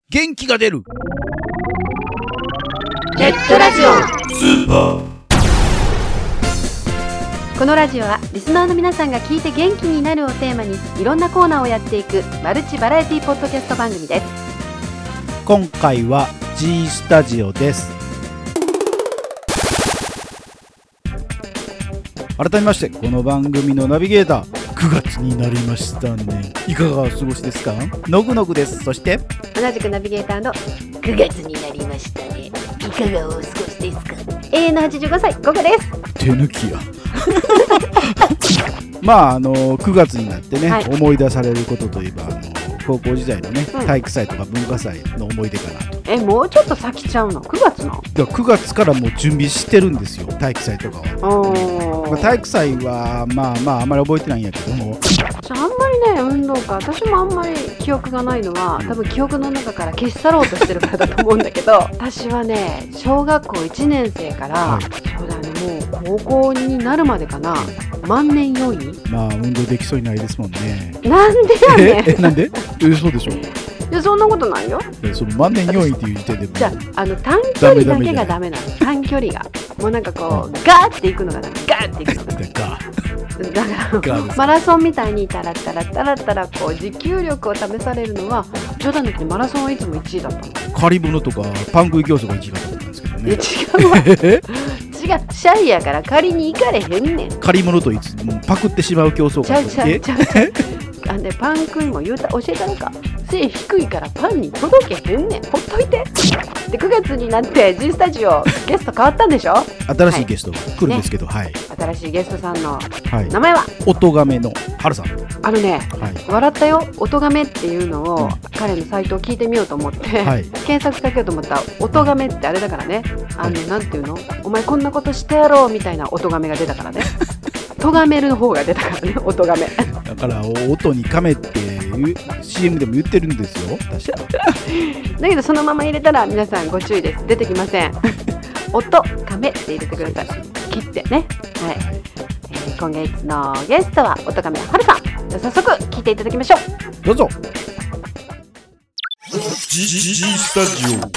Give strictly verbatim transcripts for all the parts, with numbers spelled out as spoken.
元気が出るネットラジオスーパー。 このラジオはリスナーの皆さんが聞いて元気になるをテーマにいろんなコーナーをやっていくマルチバラエティポッドキャスト番組です。 今回は G スタジオです。改めましてこの番組のナビゲーター、くがつになりましたね。いかがお過ごしですか？のぐのぐです。そして同じくナビゲーターのくがつになりましたね。いかがお過ごしですか？ 永遠のはちじゅうごさいゴゴです。 手抜きやまああのくがつになってね、はい、思い出されることといえばあの高校時代のね、うん、体育祭とか文化祭の思い出かなと。 え、もうちょっと先ちゃうの？くがつの？ だからくがつからもう準備してるんですよ、体育祭とかは。まあ、体育祭はまあまああんまり覚えてないんやけども、 あんまりね運動会私もあんまり記憶がないのは、多分記憶の中から消し去ろうとしてるからだと思うんだけど私はね小学校いちねん生から、はい、そうだねもう高校になるまでかな、万年よんい。 まあ運動できそうにないですもんね。 なんでやねんええなんで？えそうでしょ。 いやそんなことないよ。 その万年よんいっていう時点でもじゃあ、あの短距離だけがダメなの。短距離がもうなんかこう、うん、ガーっていくのがダメ。ガーっていくのがダメ。だからマラソンみたいにタラッタラッタラッタラこう持久力を試されるのは冗談抜きでマラソンはいつもいちいだったの。 借り物とかパン食い競争がいちいだったんですけどね。 違うわ違う、シャイやから借りに行かれへんねん。 借り物といつもパクってしまう競争が。 ちゃうちゃうちゃうちゃうあんでパン食いも言うた教えたのか。背低いからパンに届けへんねん。ほっといて。でくがつになって G スタジオゲスト変わったんでしょ。 新しいゲストが来るんですけど、はい、ね、 はい、新しいゲストさんの名前は、はい、 音亀の春さん。 あのね、はい、笑ったよ。音亀っていうのを、うん、彼のサイトを聞いてみようと思って、はい、検索かけようと思ったら音亀ってあれだからね、あの、はい、なんていうの、お前こんなことしてやろうみたいな音亀が出たからねとがめる方が出たからね、音亀だから音に亀って シーエム でも言ってるんですよ確かだけどそのまま入れたら皆さんご注意です。出てきません音亀って入れてください。切ってね、はい、えー、今月のゲストは音亀はるさん。じゃあ早速聞いていただきましょう。 どうぞ。 G, G, G スタジオ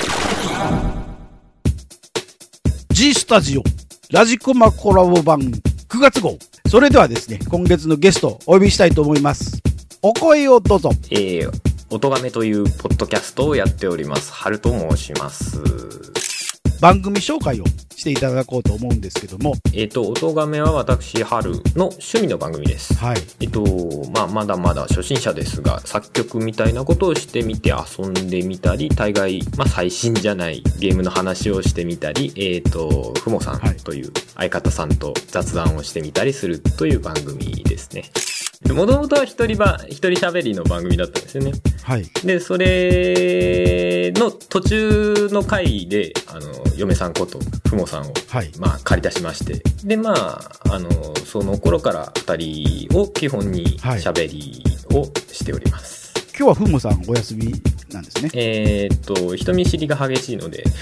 G スタジオラジコマコラボ版くがつ号。それではですね、今月のゲストをお呼びしたいと思います。お声をどうぞ。 えー、音亀というポッドキャストをやっております、春と申します。 番組紹介をしていただこうと思うんですけども、 えっと音亀は私春の趣味の番組です。はい。えっとまあまだまだ初心者ですが、作曲みたいなことをしてみて遊んでみたり、大概まあ最新じゃないゲームの話をしてみたり、えっとふもさんという相方さんと雑談をしてみたりするという番組ですね。もともとは一人ば一人喋りの番組だったんですよね。はい。でそれの途中の回であの嫁さんことふもさんを、はい、まあ借り出しまして、でまああのその頃からふたりを基本に喋りをしております。 はい、今日はふもさんお休みなんですね。 えー、っと人見知りが激しいので、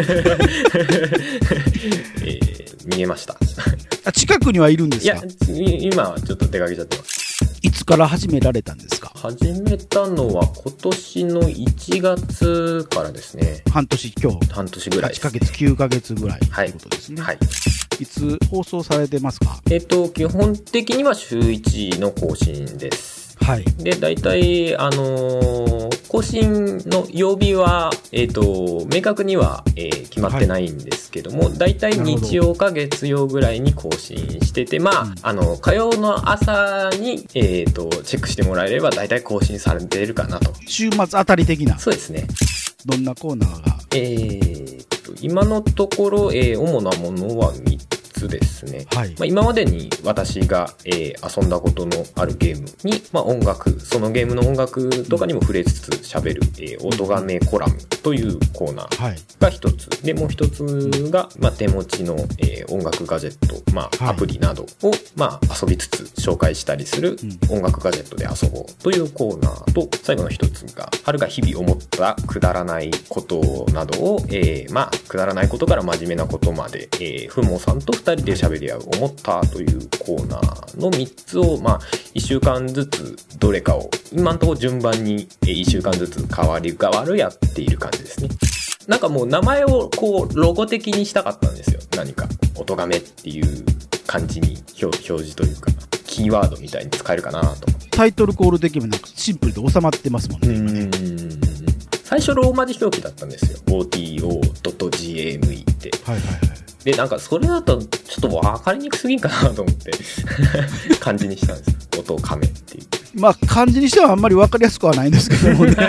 えー、逃げましたあ、近くにはいるんですか？ いや今はちょっと出かけちゃってます。 いつから始められたんですか？ 始めたのは今年のいちがつからですね。 半年今日半年ぐらいですね。 はちかげつきゅうかげつぐらいということですね。はい、はい、いつ放送されてますか？ えっと基本的には週いちの更新です。はい、で大体、あのー、更新の曜日は、えーと、明確には、えー、決まってないんですけども、はい、大体日曜か月曜ぐらいに更新してて、まあ、うん、あの火曜の朝に、えーと、チェックしてもらえれば大体更新されているかなと。 週末あたり的な。 そうですね。 どんなコーナーが？ えーと今のところ、えー、主なものはみっつですね。はい、まあ、今までに私が、えー、遊んだことのあるゲームに、まあ、音楽、そのゲームの音楽とかにも触れつつ喋る、えー、音亀コラムというコーナーが一つ、はい、でもう一つが、まあ、手持ちの、えー、音楽ガジェット、まあ、アプリなどを、まあ、遊びつつ紹介したりする音楽ガジェットで遊ぼうというコーナーと、最後の一つが春が日々思ったくだらないことなどを、えー、まあくだらないことから真面目なことまで、えー、ふもさんとふたふたりで喋り合う思ったというコーナーのみっつを、まあ、いっしゅうかんずつどれかを今のところ順番にいっしゅうかんずつ変わり変わるやっている感じですね。なんかもう名前をこうロゴ的にしたかったんですよ。何か音がめっていう感じに 表, 表示というかキーワードみたいに使えるかなと。 タイトルコール的にもなんかシンプルで収まってますもんね。 うん、最初ローマ字表記だったんですよ。 オーティーオードットジーエーエムイー って、はいはいはい、でなんかそれだとちょっと分かりにくすぎんかなと思って漢字にしたんです。音を亀っていう。まあ漢字にしてはあんまり分かりやすくはないんですけどもね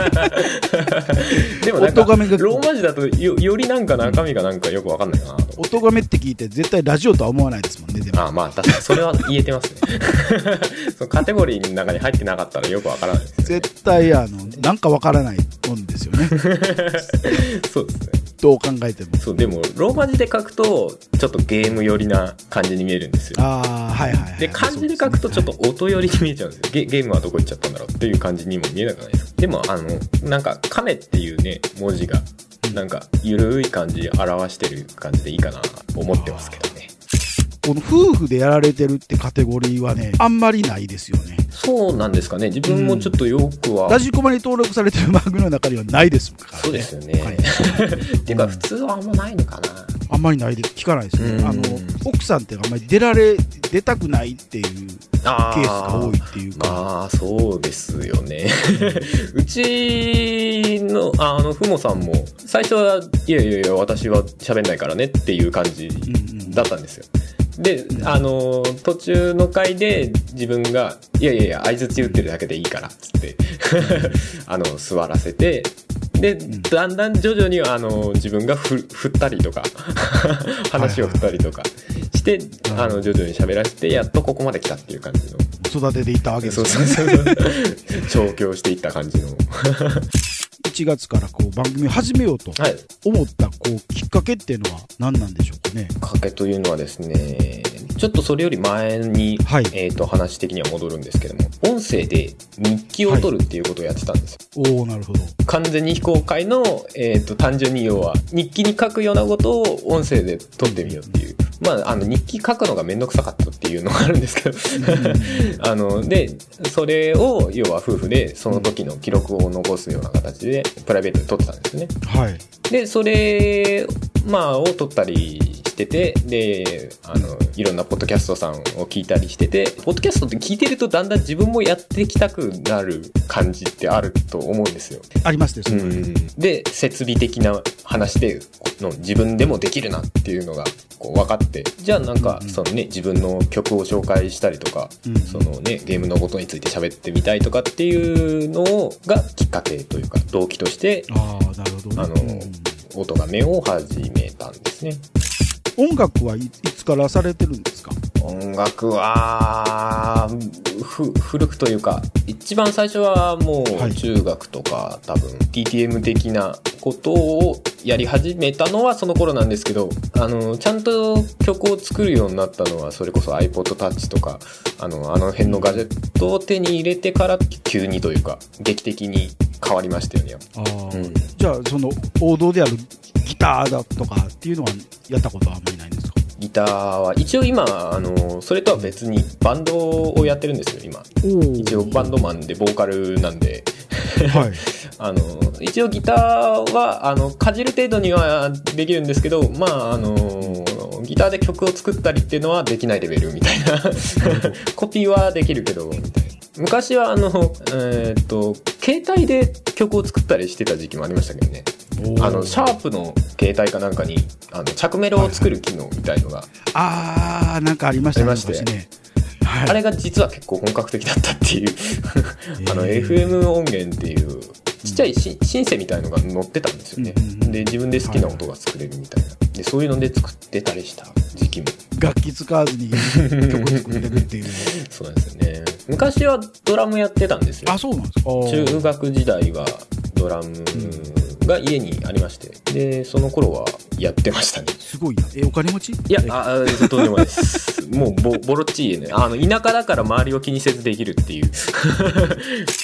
でもなんかローマ字だと よ, よりなんか中身がなんかよく分かんないかなと。 音亀って聞いて絶対ラジオとは思わないですもんね。でもああまあ確かにそれは言えてますねそのカテゴリーの中に入ってなかったらよく分からないですよね。 絶対あのなんか分からないもんですよねそうですね。 どう考えても。 そうでもローマ字で書くとちょっとゲーム寄りな感じに見えるんですよ。 ああはいはい、はい、 で漢字で書くとちょっと音寄りに見えちゃうんですよ。 ゲ, ゲームはどこ行っちゃったんだろうっていう感じにも見えなくないですか。でもあのなんか亀っていうね文字がなんかゆるい感じ表してる感じでいいかなと思ってますけどね。 この夫婦でやられてるってカテゴリーはねあんまりないですよね。 そうなんですかね。自分もちょっとよくは、 うん、ラジコマに登録されてる番組の中にはないですからね。 そうですよね、はい、っていうか普通はあんまないのかな。 あんまりないで聞かないですね。あの奥さんってあんまり出られ出たくないっていうケースが多いっていうか。 ああそうですよねうちのあのふもさんも最初はいやいやいや私は喋んないからねっていう感じだったんですよ、うんうんで、あのー、途中の回で自分がいやいやいや相づち打ってるだけでいいからっつってあの座らせてでだんだん徐々にあの自分がふ振ったりとか話を振ったりとかして、はいはい、あの徐々に喋らせてやっとここまで来たっていう感じの育てていったわけですね。 そうそうそう調教していった感じのいちがつからこう番組を始めようと思ったこうきっかけっていうのは何なんでしょうかね。 きっかけというのはですねちょっとそれより前に、はいえー、と話的には戻るんですけども音声で日記を取るっていうことをやってたんですよ、 はい、おーなるほど。 完全に非公開の、えー、と単純に要は日記に書くようなことを音声で取ってみようっていう、まあ、あの日記書くのがめんどくさかったっていうのがあるんですけどあのでそれを要は夫婦でその時の記録を残すような形でプライベートで撮ってたんですよね、 はい、 でそれ、まあ、を撮ったりしててであのいろんなポッドキャストさんを聞いたりしててポッドキャストって聞いてるとだんだん自分もやっていきたくなる感じってあると思うんですよ。 ありますねそれ、うん、 で設備的な話での自分でもできるなっていうのがこう分かってじゃあなんか、うんそのね、自分の曲を紹介したりとか、うんそのね、ゲームのことについて喋ってみたいとかっていうのがきっかけというか動機としてあなるほど、ね、 あの、うん、音がめを始めたんですね。 音楽はいつからされてるんですか？ 音楽はふ古くというか一番最初はもう中学とか、はい、多分 ティーティーエム 的なことをやり始めたのはその頃なんですけどあのちゃんと曲を作るようになったのはそれこそ iPod Touch とかあの、あの辺のガジェットを手に入れてから急にというか劇的に変わりましたよね。 あ、うん、じゃあその王道であるギターだとかっていうのはやったことはあんまりないんですか？ ギターは一応今あのそれとは別にバンドをやってるんですよ今。一応バンドマンでボーカルなんで、はい、あの一応ギターはあのかじる程度にはできるんですけどまああのギターで曲を作ったりっていうのはできないレベルみたいなコピーはできるけどみたいな。昔はあの、えー、っと携帯で曲を作ったりしてた時期もありましたけどね。あのシャープの携帯かなんかにあの着メロを作る機能みたいのが、はいはい、あーなんかありましたね。ありまして、 はい、あれが実は結構本格的だったっていうあの エフエム 音源っていうちっちゃいシンセみたいのが載ってたんですよね、うん、で自分で好きな音が作れるみたいなでそういうので作ってたりした時期も楽器使わずに曲を作ってるっていうそうなんですよね。昔はドラムやってたんですよ。 あ、そうなんですか。 中学時代はドラムが家にありましてでその頃はやってましたね。 すごいな。えお金持ち？ いやあとんでもないですもう ボ, ボロッチーねあの田舎だから周りを気にせずできるっていう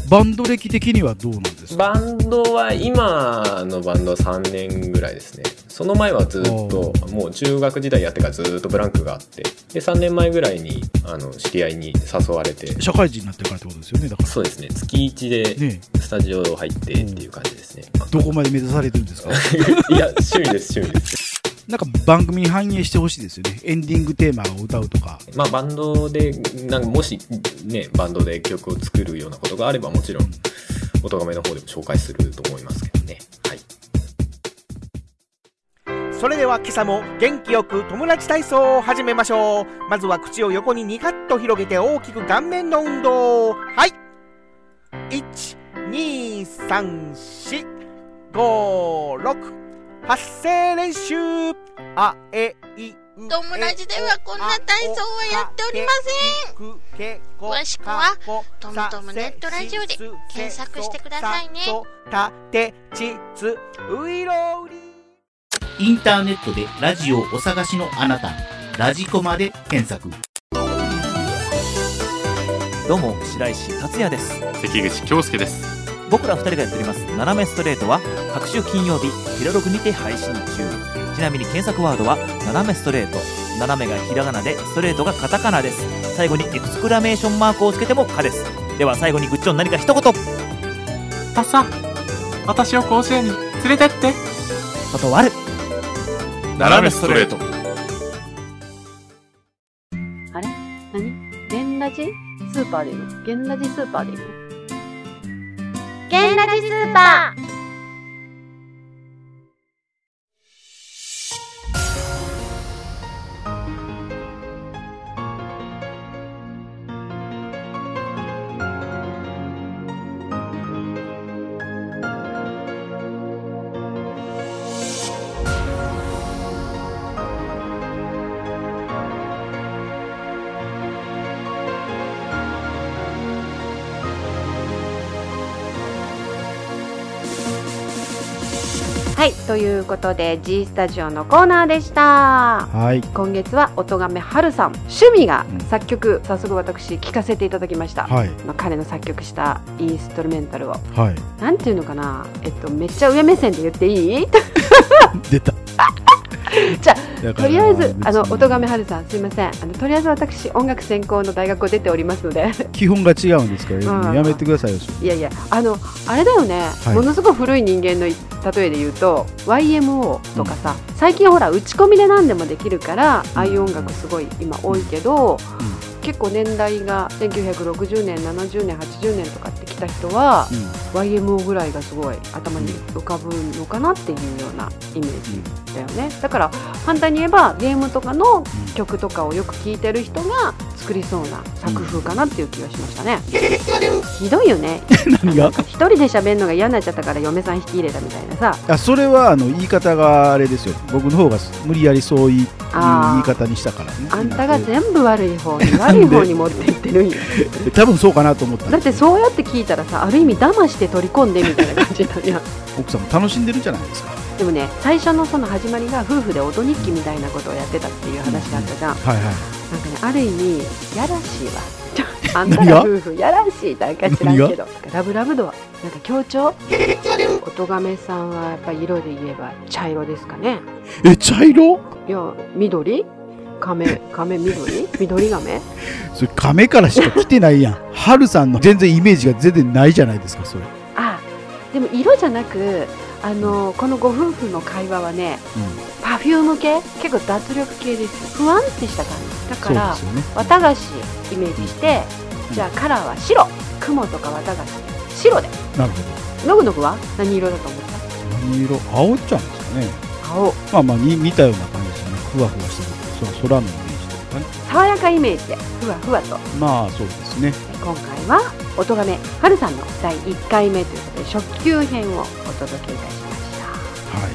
バンド歴的にはどうなんですか？ バンドは今のバンドはさんねんぐらいですね。その前はずっともう中学時代やってからずっとブランクがあって、でさんねんまえぐらいにあの知り合いに誘われて、 社会人になってからってことですよね。だからそうですね、月いちでスタジオ入ってっていう感じですね。 どこまで目指されてるんですか？ いや趣味です趣味です。 なんか番組に反映してほしいですよね。エンディングテーマを歌うとか、 まあバンドでなんかもしねバンドで曲を作るようなことがあればもちろん音亀の方でも紹介すると思いますけどね。はい。 それでは今朝も元気よく友達体操を始めましょう。まずは口を横ににカッと広げて大きく顔面の運動。はい、いち、に、さん、し、ご、ろく、発声練習。あえいう友達ではこんな体操はやっておりません。詳しくはトムトムネットラジオで検索してくださいね。 たてちつういろうり。 インターネットでラジオをお探しのあなた、ラジコマで検索。 どうも白石達也です。 関口京介です。 僕らふたりがやっております斜めストレートは各週金曜日ヒロログにて配信中。ちなみに検索ワードは斜めストレート、斜めがひらがなでストレートがカタカナです。最後にエクスクラメーションマークをつけても可です。では最後にグッチョン何か一言。 パサ、私を甲子園に連れてって。 断る。 斜めストレート。 あれ何ゲンラジスーパーでいいの？ゲンラジスーパーでいいの？ ゲンラジスーパー。 はい、ということで G スタジオのコーナーでした。 はい、 今月は音亀春さん、趣味が作曲、うん、早速私聴かせていただきました、はい、彼の作曲したインストルメンタルを、はい、なんていうのかな、えっと、めっちゃ上目線で言っていい？ 出たじゃあとりあえずあの音亀春さんすいません、あのとりあえず私音楽専攻の大学を出ておりますので基本が違うんですから、うん、やめてくださいよ。 いやいや、あのあれだよね、はい、ものすごい古い人間の例えで言うと ワイエムオー とかさ、うん、最近ほら打ち込みで何でもできるから、うん、ああいう音楽すごい今多いけど、うん、結構年代がせんきゅうひゃくろくじゅうねんななじゅうねんはちじゅうねんとかって来た人は、うん、ワイエムオー ぐらいがすごい頭に浮かぶのかなっていうようなイメージだよね。だから反対に言えばゲームとかの曲とかをよく聴いてる人が作りそうな作風かなっていう気がしましたね、うん、ひどいよね。 何が？ 一人で喋るのが嫌になっちゃったから嫁さん引き入れたみたいなさ。 あ、それはあの言い方があれですよ。僕の方が無理やりそういう言い方にしたからね。 あんたが全部悪い方に悪い方に持っていってるんよ多分そうかなと思った。 だってそうやって聞いたらさ、ある意味騙して取り込んでみたいな感じになるやん奥さんも楽しんでるんじゃないですか。 でもね、最初のその始まりが夫婦で音日記みたいなことをやってたっていう話があったじゃん、うん、はいはい。なんかね、ある意味やらしいわあんたら夫婦やらしいなんか知らんけど、ラブラブ度はなんか強調。音亀さんはやっぱり色で言えば茶色ですかね。 え、茶色？ いや、緑？亀、亀緑？緑亀？ それ亀からしか来てないやん春さんの全然イメージが全然ないじゃないですか、それ。 あ、でも色じゃなく、あのこのご夫婦の会話はね、うん、パフューム系、結構脱力系です。不安ってした感じだから、ね、綿菓子イメージして、うん、じゃあカラーは白、雲とか綿菓子白で。なるほど。のぐのぐは何色だと思った？ 何色？青ちゃんですかね。 青。 まあまあに似たような感じですね。ふわふわしてる。そ空のイメージというかね。 爽やかイメージでふわふわと。 まあそうですね。 今回は音亀春さんのだいいっかいめということで初級編をお届けいたしました。はい。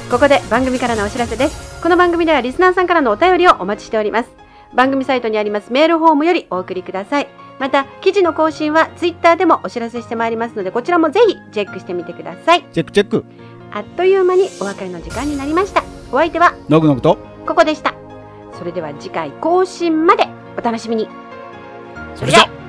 ここで番組からのお知らせです。この番組ではリスナーさんからのお便りをお待ちしております。番組サイトにありますメールフォームよりお送りください。また記事の更新はツイッターでもお知らせしてまいりますので、こちらもぜひチェックしてみてください。 チェックチェック。 あっという間にお別れの時間になりました。お相手はのぐのぐとここでした。それでは次回更新までお楽しみに。それじゃ。